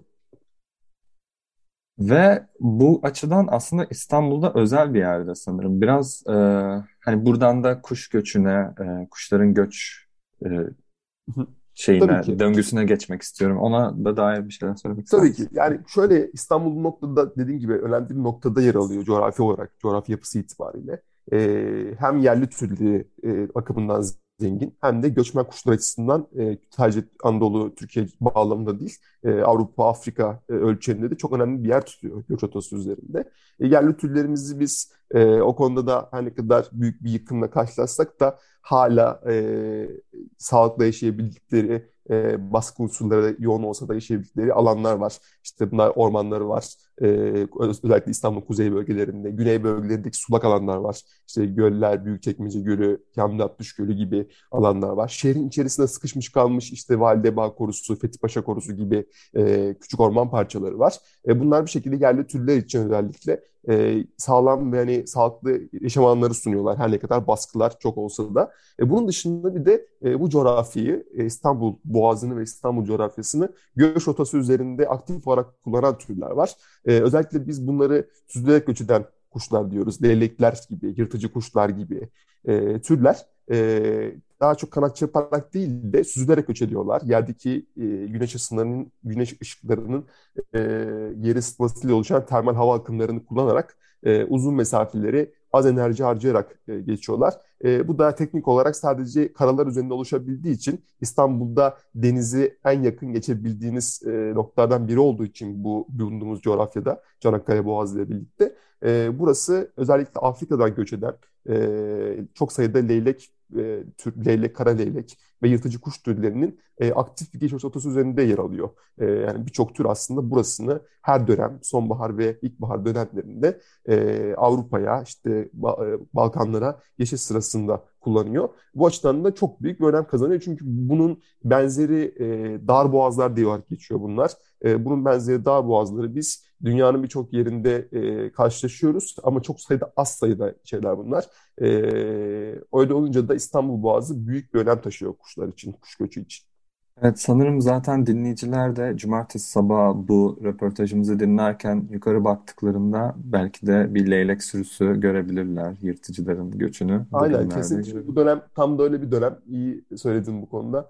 Ve bu açıdan aslında İstanbul'da özel bir yerde sanırım. Biraz hani buradan da kuş göçüne, kuşların göç e, Tabii şeyine, ki. döngüsüne geçmek istiyorum. Ona da dair bir şeyler söylemek ister Tabii ki. misin? Yani şöyle, İstanbul bu noktada dediğim gibi önemli bir noktada yer alıyor coğrafi olarak, coğrafi yapısı itibariyle. Hem yerli türleri bakımından zengin hem de göçmen kuşlar açısından sadece Anadolu, Türkiye bağlamında değil, Avrupa, Afrika ölçeğinde de çok önemli bir yer tutuyor göç rotası üzerinde. Yerli türlerimizi biz o konuda da her ne kadar büyük bir yıkımla karşılaşsak da hala sağlıklı yaşayabildikleri, baskı unsurları yoğun olsa da yaşayabildikleri alanlar var. İşte bunlar ormanları var. Özellikle İstanbul kuzey bölgelerinde, güney bölgelerindeki sulak alanlar var. İşte göller, Büyükçekmece Gölü, Kamil Abdüş Gölü gibi alanlar var. Şehrin içerisinde sıkışmış kalmış işte Validebağ Korusu, Fethi Paşa Korusu gibi küçük orman parçaları var. Bunlar bir şekilde yerli türler için özellikle sağlam ve hani sağlıklı yaşam alanları sunuyorlar. Her ne kadar baskılar çok olsa da. Bunun dışında bir de bu coğrafyayı, İstanbul Boğazı'nı ve İstanbul coğrafyasını göç rotası üzerinde aktif olarak kullanan türler var. Özellikle biz bunları süzülerek göç eden kuşlar diyoruz. Leylekler gibi, yırtıcı kuşlar gibi türler daha çok kanat çırparak değil de süzülerek göç ediyorlar. Yerdeki güneş ışıklarının e, yeri ısıtmasıyla oluşan termal hava akımlarını kullanarak uzun mesafeleri az enerji harcayarak geçiyorlar. Bu da teknik olarak sadece karalar üzerinde oluşabildiği için, İstanbul'da denizi en yakın geçebildiğiniz noktalardan biri olduğu için bu bulunduğumuz coğrafyada Çanakkale Boğazı ile birlikte burası özellikle Afrika'dan göç eden çok sayıda leylek, kara leylek ve yırtıcı kuş türlerinin aktif bir geçiş rotası üzerinde yer alıyor. Yani birçok tür aslında burasını her dönem, sonbahar ve ilkbahar dönemlerinde Avrupa'ya, işte Balkanlara geçiş sırasında kullanıyor. Bu açıdan da çok büyük bir önem kazanıyor. Çünkü bunun benzeri darboğazlar diye olarak geçiyor bunlar. Bunun benzeri darboğazları biz dünyanın birçok yerinde karşılaşıyoruz. Ama çok sayıda, az sayıda şeyler bunlar. E, Öyle olunca da İstanbul Boğazı büyük bir önem taşıyor kuşlar için, kuş göçü için. Evet, sanırım zaten dinleyiciler de cumartesi sabahı bu röportajımızı dinlerken yukarı baktıklarında belki de bir leylek sürüsü görebilirler. Yırtıcıların göçünü bu Aynen, günlerde kesinlikle. Bu görebilirler. dönem tam da öyle bir dönem. İyi söyledin bu konuda.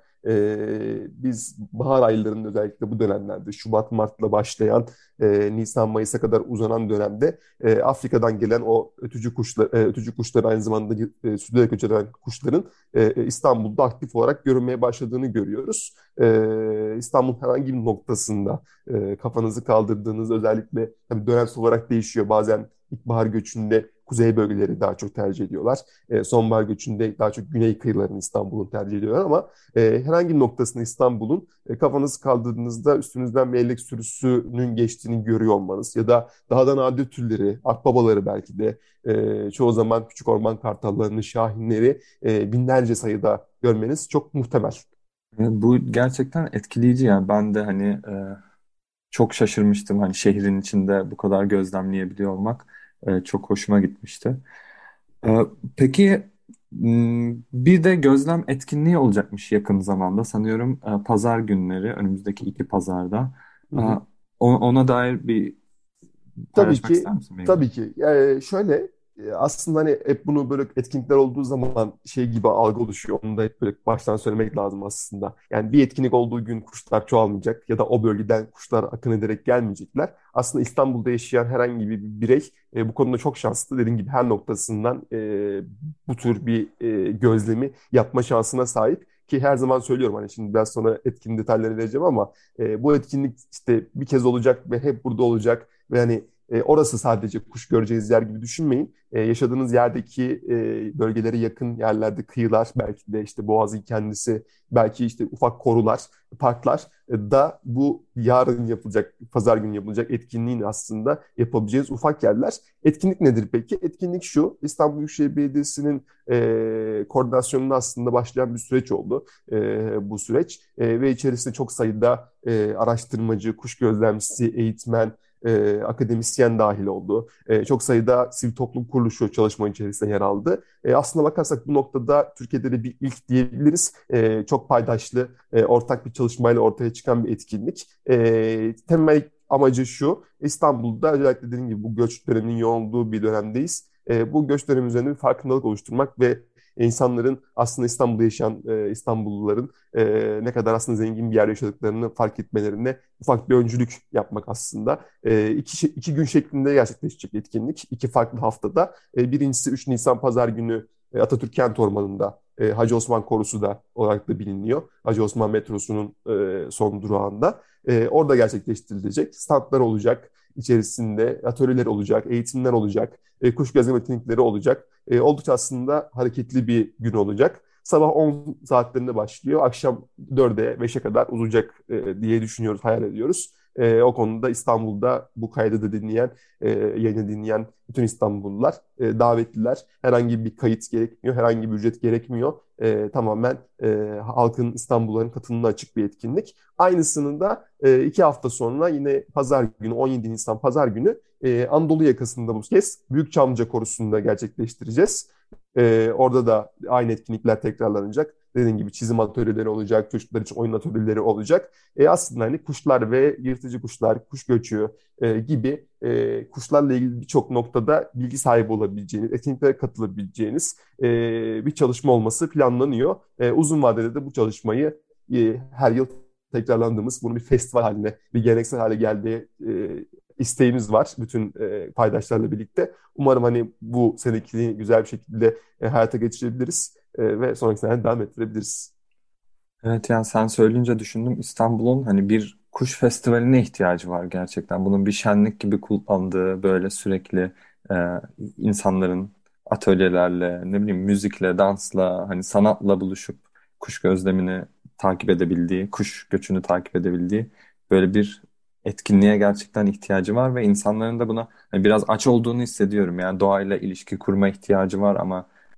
Biz bahar aylarının özellikle bu dönemlerde Şubat Mart'la başlayan Nisan Mayıs'a kadar uzanan dönemde Afrika'dan gelen o ötücü kuşlar aynı zamanda sürülerek göç eden kuşların İstanbul'da aktif olarak görünmeye başladığını görüyoruz. İstanbul'un herhangi bir noktasında kafanızı kaldırdığınız, özellikle tabii dönemsel olarak değişiyor. Bazen İlkbahar göçünde kuzey bölgeleri daha çok tercih ediyorlar. Sonbahar göçünde daha çok güney kıyılarını İstanbul'un tercih ediyorlar ama herhangi bir noktasında İstanbul'un kafanızı kaldırdığınızda üstünüzden bir leylek sürüsünün geçtiğini görüyor olmanız ya da daha da nadir türleri, akbabaları belki de çoğu zaman küçük orman kartallarını, şahinleri binlerce sayıda görmeniz çok muhtemel. Bu gerçekten etkileyici yani. Ben de hani çok şaşırmıştım, hani şehrin içinde bu kadar gözlemleyebiliyor olmak çok hoşuma gitmişti. E, peki bir de gözlem etkinliği olacakmış yakın zamanda sanıyorum, pazar günleri, önümüzdeki iki pazarda. Hı E, hı. ona dair bir Tabii paylaşmak ki, ister misin benimle? tabii ki. Şöyle aslında hani hep bunu böyle etkinlikler olduğu zaman şey gibi algı oluşuyor. Onu da hep böyle baştan söylemek lazım aslında. Yani bir etkinlik olduğu gün kuşlar çoğalmayacak ya da o bölgeden kuşlar akın ederek gelmeyecekler. Aslında İstanbul'da yaşayan herhangi bir birey bu konuda çok şanslı. Dediğim gibi her noktasından bu tür bir gözlemi yapma şansına sahip. Ki her zaman söylüyorum, hani şimdi biraz sonra etkinlik detaylarını vereceğim ama bu etkinlik işte bir kez olacak ve hep burada olacak ve hani orası sadece kuş göreceğiniz yer gibi düşünmeyin. Yaşadığınız yerdeki bölgelere yakın yerlerde kıyılar, belki de işte Boğaz'ın kendisi, belki işte ufak korular, parklar da bu yarın yapılacak, pazar günü yapılacak etkinliğin aslında yapabileceğiniz ufak yerler. Etkinlik nedir peki? Etkinlik şu: İstanbul Büyükşehir Belediyesi'nin koordinasyonunda aslında başlayan bir süreç oldu bu süreç. Ve içerisinde çok sayıda araştırmacı, kuş gözlemcisi, eğitmen, akademisyen dahil oldu. Çok sayıda sivil toplum kuruluşu çalışma içerisinde yer aldı. Aslına bakarsak bu noktada Türkiye'de de bir ilk diyebiliriz. Çok paydaşlı, ortak bir çalışmayla ortaya çıkan bir etkinlik. Temel amacı şu: İstanbul'da özellikle dediğim gibi bu göç döneminin yoğun olduğu bir dönemdeyiz. Bu göç dönemi üzerinde bir farkındalık oluşturmak ve insanların, aslında İstanbul'da yaşayan İstanbulluların ne kadar aslında zengin bir yer yaşadıklarını fark etmelerine ufak bir öncülük yapmak aslında. İki gün şeklinde gerçekleşecek etkinlik. İki farklı haftada. Birincisi 3 Nisan Pazar günü Atatürk Kent Ormanı'nda, Hacı Osman Korusu da olarak da biliniyor. Hacı Osman metrosunun son durağında. Orada gerçekleştirilecek. Standlar olacak. İçerisinde atölyeler olacak, eğitimler olacak, kuş gözlem etkinlikleri olacak. Oldukça aslında hareketli bir gün olacak. Sabah 10 saatlerinde başlıyor. Akşam 4'e 5'e kadar uzayacak diye düşünüyoruz, hayal ediyoruz. O konuda İstanbul'da bu kaydı da dinleyen, yayını dinleyen bütün İstanbullular davetliler. Herhangi bir kayıt gerekmiyor, herhangi bir ücret gerekmiyor. Tamamen halkın, İstanbulluların katılımına açık bir etkinlik. Aynısını da 2 hafta sonra yine Pazar günü, 17 Nisan Pazar günü Anadolu yakasında bu kez Büyükçamlıca Korusu'nda gerçekleştireceğiz. Orada da aynı etkinlikler tekrarlanacak. Dediğim gibi çizim atölyeleri olacak, çocuklar için oyun atölyeleri olacak. Aslında hani kuşlar ve yırtıcı kuşlar, kuş göçü gibi kuşlarla ilgili birçok noktada bilgi sahibi olabileceğiniz, etkinliklere katılabileceğiniz bir çalışma olması planlanıyor. Uzun vadede de bu çalışmayı her yıl tekrarlandığımız, bunu bir festival haline, bir geleneksel hale geldiği isteğimiz var bütün paydaşlarla birlikte. Umarım hani bu senekini güzel bir şekilde hayata geçirebiliriz ve sonraki sene devam ettirebiliriz. Evet, yani sen söyleyince düşündüm, İstanbul'un hani bir kuş festivaline ihtiyacı var gerçekten. Bunun bir şenlik gibi kullandığı, böyle sürekli e, insanların atölyelerle, ne bileyim, müzikle, dansla, hani sanatla buluşup kuş gözlemini takip edebildiği, kuş göçünü takip edebildiği böyle bir etkinliğe gerçekten ihtiyacı var ve insanların da buna hani biraz aç olduğunu hissediyorum. Yani doğayla ilişki kurma ihtiyacı var ama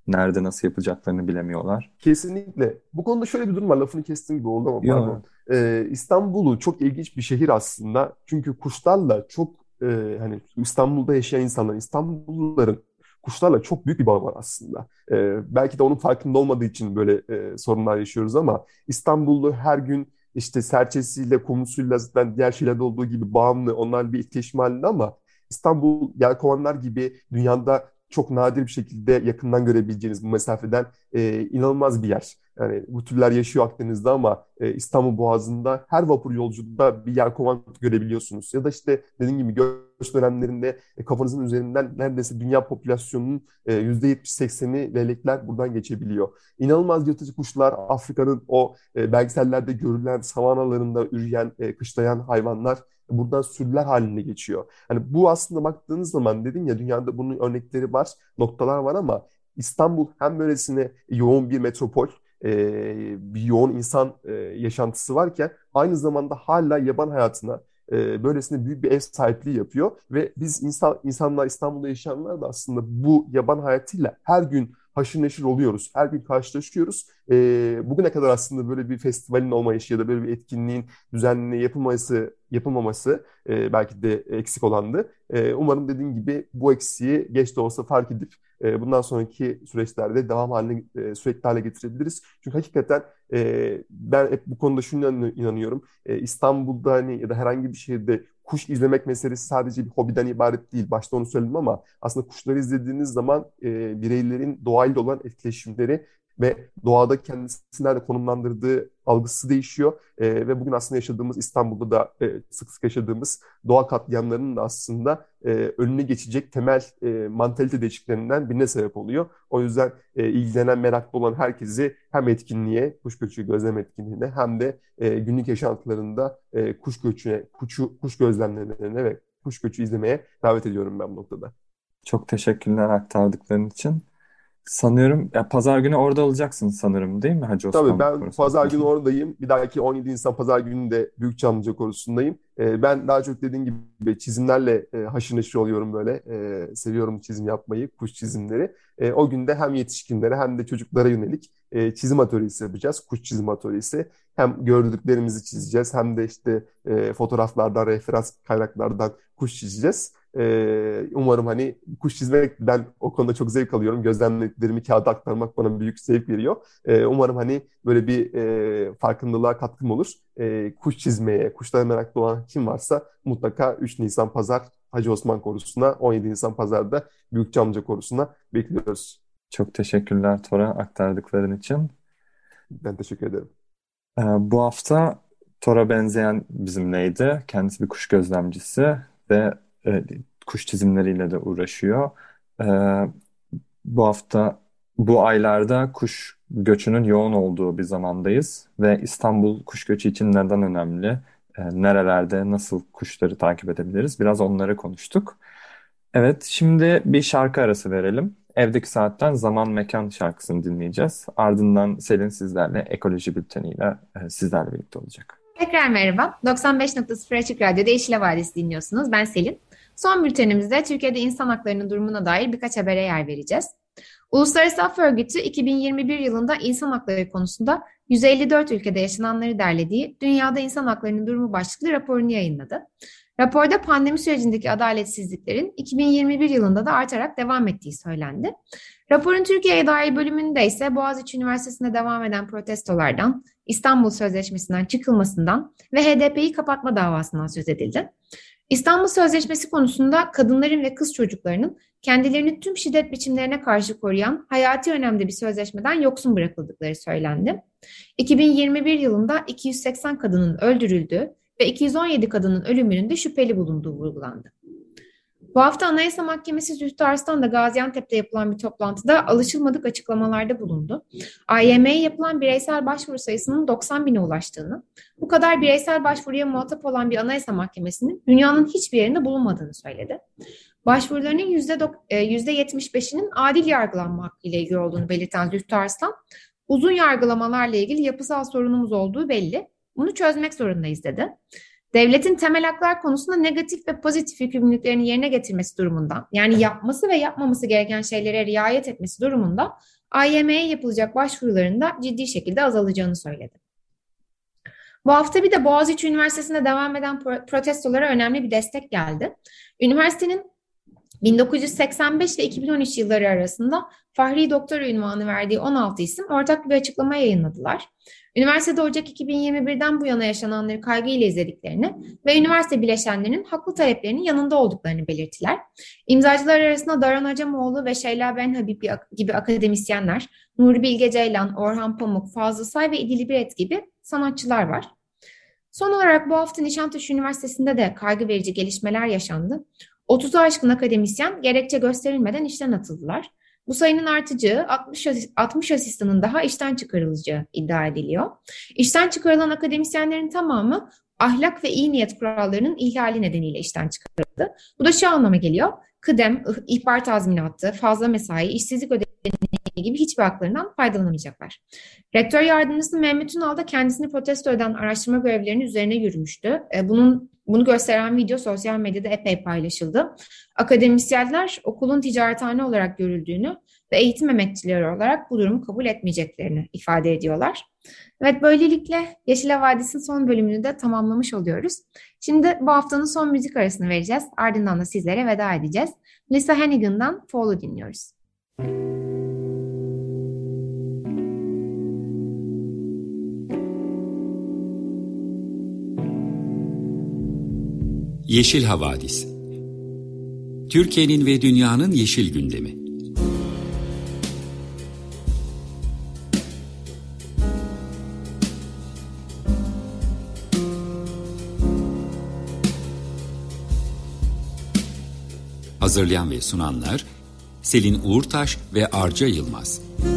nerede nasıl yapacaklarını bilemiyorlar. Kesinlikle. Bu konuda şöyle bir durum var. Lafını kestim gibi oldu ama pardon. Yok. İstanbul'u çok ilginç bir şehir aslında. Çünkü kuşlarla çok hani İstanbul'da yaşayan insanlar, İstanbulluların kuşlarla çok büyük bir bağ var aslında. Belki de onun farkında olmadığı için böyle sorunlar yaşıyoruz ama İstanbullu her gün işte serçesiyle, kumusuyla zaten diğer şeylerde olduğu gibi bağımlı. Onlar bir etkileşim halinde ama İstanbul yelkovanlar gibi dünyada çok nadir bir şekilde yakından görebileceğiniz bu mesafeden inanılmaz bir yer. Yani bu türler yaşıyor Akdeniz'de ama İstanbul Boğazı'nda her vapur yolculuğunda bir yelkovan görebiliyorsunuz. Ya da işte dediğim gibi göç dönemlerinde kafanızın üzerinden neredeyse dünya popülasyonunun %70-80'i leylekler buradan geçebiliyor. İnanılmaz yırtıcı kuşlar, Afrika'nın o belgesellerde görülen savanalarında üreyen, kışlayan hayvanlar buradan sürüler halinde geçiyor. Hani bu aslında baktığınız zaman dedin ya dünyada bunun örnekleri var, noktalar var ama İstanbul hem böylesine yoğun bir metropol, bir yoğun insan yaşantısı varken aynı zamanda hala yaban hayatına böylesine büyük bir ev sahipliği yapıyor ve biz insanlar İstanbul'da yaşayanlar da aslında bu yaban hayatıyla her gün haşır neşir oluyoruz. Her gün karşılaşıyoruz. Bugüne kadar aslında böyle bir festivalin olmayışı ya da böyle bir etkinliğin düzenli yapılmaması belki de eksik olandı. Umarım dediğim gibi bu eksiği geç de olsa fark edip bundan sonraki süreçlerde devam haline sürekli hale getirebiliriz. Çünkü hakikaten ben hep bu konuda şuna inanıyorum. İstanbul'da hani ya da herhangi bir şehirde kuş izlemek meselesi sadece bir hobiden ibaret değil. Başta onu söyledim ama aslında kuşları izlediğiniz zaman bireylerin doğayla olan etkileşimleri ve doğada kendisini nerede konumlandırdığı algısı değişiyor. Ve bugün aslında yaşadığımız İstanbul'da da sık sık yaşadığımız doğa katliamlarının da aslında önüne geçecek temel mantalite değişikliklerinden birine sebep oluyor. O yüzden ilgilenen, meraklı olan herkesi hem etkinliğe, kuş göçü gözlem etkinliğine hem de günlük yaşantılarında kuş göçüne, kuş gözlemlerine ve kuş göçü izlemeye davet ediyorum ben bu noktada. Çok teşekkürler aktardıkların için. Sanıyorum ya pazar günü orada olacaksın sanırım değil mi Hacı Tabii Osman ben Korusu'nda? pazar günü oradayım. Bir dahaki 17 Nisan pazar günü de Büyükçamlıca Korusu'ndayım. Ben daha çok dediğim gibi çizimlerle haşır neşir oluyorum böyle. Seviyorum çizim yapmayı, kuş çizimleri. O günde hem yetişkinlere hem de çocuklara yönelik çizim atölyesi yapacağız. Kuş çizim atölyesi. Hem gördüklerimizi çizeceğiz hem de işte fotoğraflardan, referans kaynaklardan kuş çizeceğiz. Umarım hani kuş çizmek ben o konuda çok zevk alıyorum. Gözlemlediklerimi kağıda aktarmak bana büyük zevk veriyor. Umarım hani böyle bir farkındalığa katkım olur. Kuş çizmeye, kuşlara meraklı olan kim varsa mutlaka 3 Nisan Pazar Hacı Osman Korusu'na, 17 Nisan Pazar'da Büyükçamlıca Korusu'na bekliyoruz. Çok teşekkürler Tora aktardıkların için. Ben teşekkür ederim. Bu hafta Tora benzeyen bizimleydi. Kendisi bir kuş gözlemcisi ve kuş çizimleriyle de uğraşıyor. E, Bu hafta, bu aylarda kuş göçünün yoğun olduğu bir zamandayız ve İstanbul kuş göçü için neden önemli? Nerelerde, nasıl kuşları takip edebiliriz? Biraz onları konuştuk. Evet, şimdi bir şarkı arası verelim. Evdeki Saat'ten Zaman Mekan şarkısını dinleyeceğiz. Ardından Selin sizlerle Ekoloji Bülteni'yle sizlerle birlikte olacak. Tekrar merhaba. 95.0 Açık Radyo'da Yeşil Havadis dinliyorsunuz. Ben Selin. Son bültenimizde Türkiye'de insan haklarının durumuna dair birkaç habere yer vereceğiz. Uluslararası Af Örgütü 2021 yılında insan hakları konusunda 154 ülkede yaşananları derlediği Dünyada İnsan Haklarının Durumu başlıklı raporunu yayınladı. Raporda pandemi sürecindeki adaletsizliklerin 2021 yılında da artarak devam ettiği söylendi. Raporun Türkiye'ye dair bölümünde ise Boğaziçi Üniversitesi'nde devam eden protestolardan, İstanbul Sözleşmesi'nden çıkılmasından ve HDP'yi kapatma davasından söz edildi. İstanbul Sözleşmesi konusunda kadınların ve kız çocuklarının kendilerini tüm şiddet biçimlerine karşı koruyan hayati önemli bir sözleşmeden yoksun bırakıldıkları söylendi. 2021 yılında 280 kadının öldürüldüğü ve 217 kadının ölümünün de şüpheli bulunduğu vurgulandı. Bu hafta Anayasa Mahkemesi Zühtü Arslan da Gaziantep'te yapılan bir toplantıda alışılmadık açıklamalarda bulundu. AYM'ye yapılan bireysel başvuru sayısının 90 bine ulaştığını, bu kadar bireysel başvuruya muhatap olan bir Anayasa Mahkemesi'nin dünyanın hiçbir yerinde bulunmadığını söyledi. Başvurularının %75'inin adil yargılanma hakkı ile ilgili olduğunu belirten Zühtü Arslan, uzun yargılamalarla ilgili yapısal sorunumuz olduğu belli, bunu çözmek zorundayız dedi. Devletin temel haklar konusunda negatif ve pozitif yükümlülüklerini yerine getirmesi durumunda, yani yapması ve yapmaması gereken şeylere riayet etmesi durumunda AYM'ye yapılacak başvuruların da ciddi şekilde azalacağını söyledi. Bu hafta bir de Boğaziçi Üniversitesi'nde devam eden protestolara önemli bir destek geldi. Üniversitenin 1985 ve 2013 yılları arasında Fahri Doktora unvanı verdiği 16 isim ortak bir açıklama yayınladılar. Üniversitede Ocak 2021'den bu yana yaşananları kaygıyla izlediklerini ve üniversite bileşenlerinin haklı taleplerinin yanında olduklarını belirttiler. İmzacılar arasında Daron Acemoğlu ve Şeyla Benhabib gibi akademisyenler, Nuri Bilge Ceylan, Orhan Pamuk, Fazıl Say ve İdil İbret gibi sanatçılar var. Son olarak bu hafta Nişantaşı Üniversitesi'nde de kaygı verici gelişmeler yaşandı. 30'u aşkın akademisyen gerekçe gösterilmeden işten atıldılar. Bu sayının artacağı, 60 asistanın daha işten çıkarılacağı iddia ediliyor. İşten çıkarılan akademisyenlerin tamamı ahlak ve iyi niyet kurallarının ihlali nedeniyle işten çıkarıldı. Bu da şu anlama geliyor: kıdem, ihbar tazminatı, fazla mesai, işsizlik ödeneği gibi hiçbir haklarından faydalanamayacaklar. Rektör yardımcısı Mehmet Ünal da kendisini protesto eden araştırma görevlilerinin üzerine yürümüştü. Bunu gösteren video sosyal medyada epey paylaşıldı. Akademisyenler okulun ticarethane olarak görüldüğünü ve eğitim emekçileri olarak bu durumu kabul etmeyeceklerini ifade ediyorlar. Evet, böylelikle Yeşil Havadis'in son bölümünü de tamamlamış oluyoruz. Şimdi bu haftanın son müzik arasını vereceğiz. Ardından da sizlere veda edeceğiz. Lisa Hannigan'dan Fall'u dinliyoruz. Yeşil Havadis. Türkiye'nin ve dünyanın yeşil gündemi. Hazırlayan ve sunanlar Selin Uğurtaş ve Arca Yılmaz.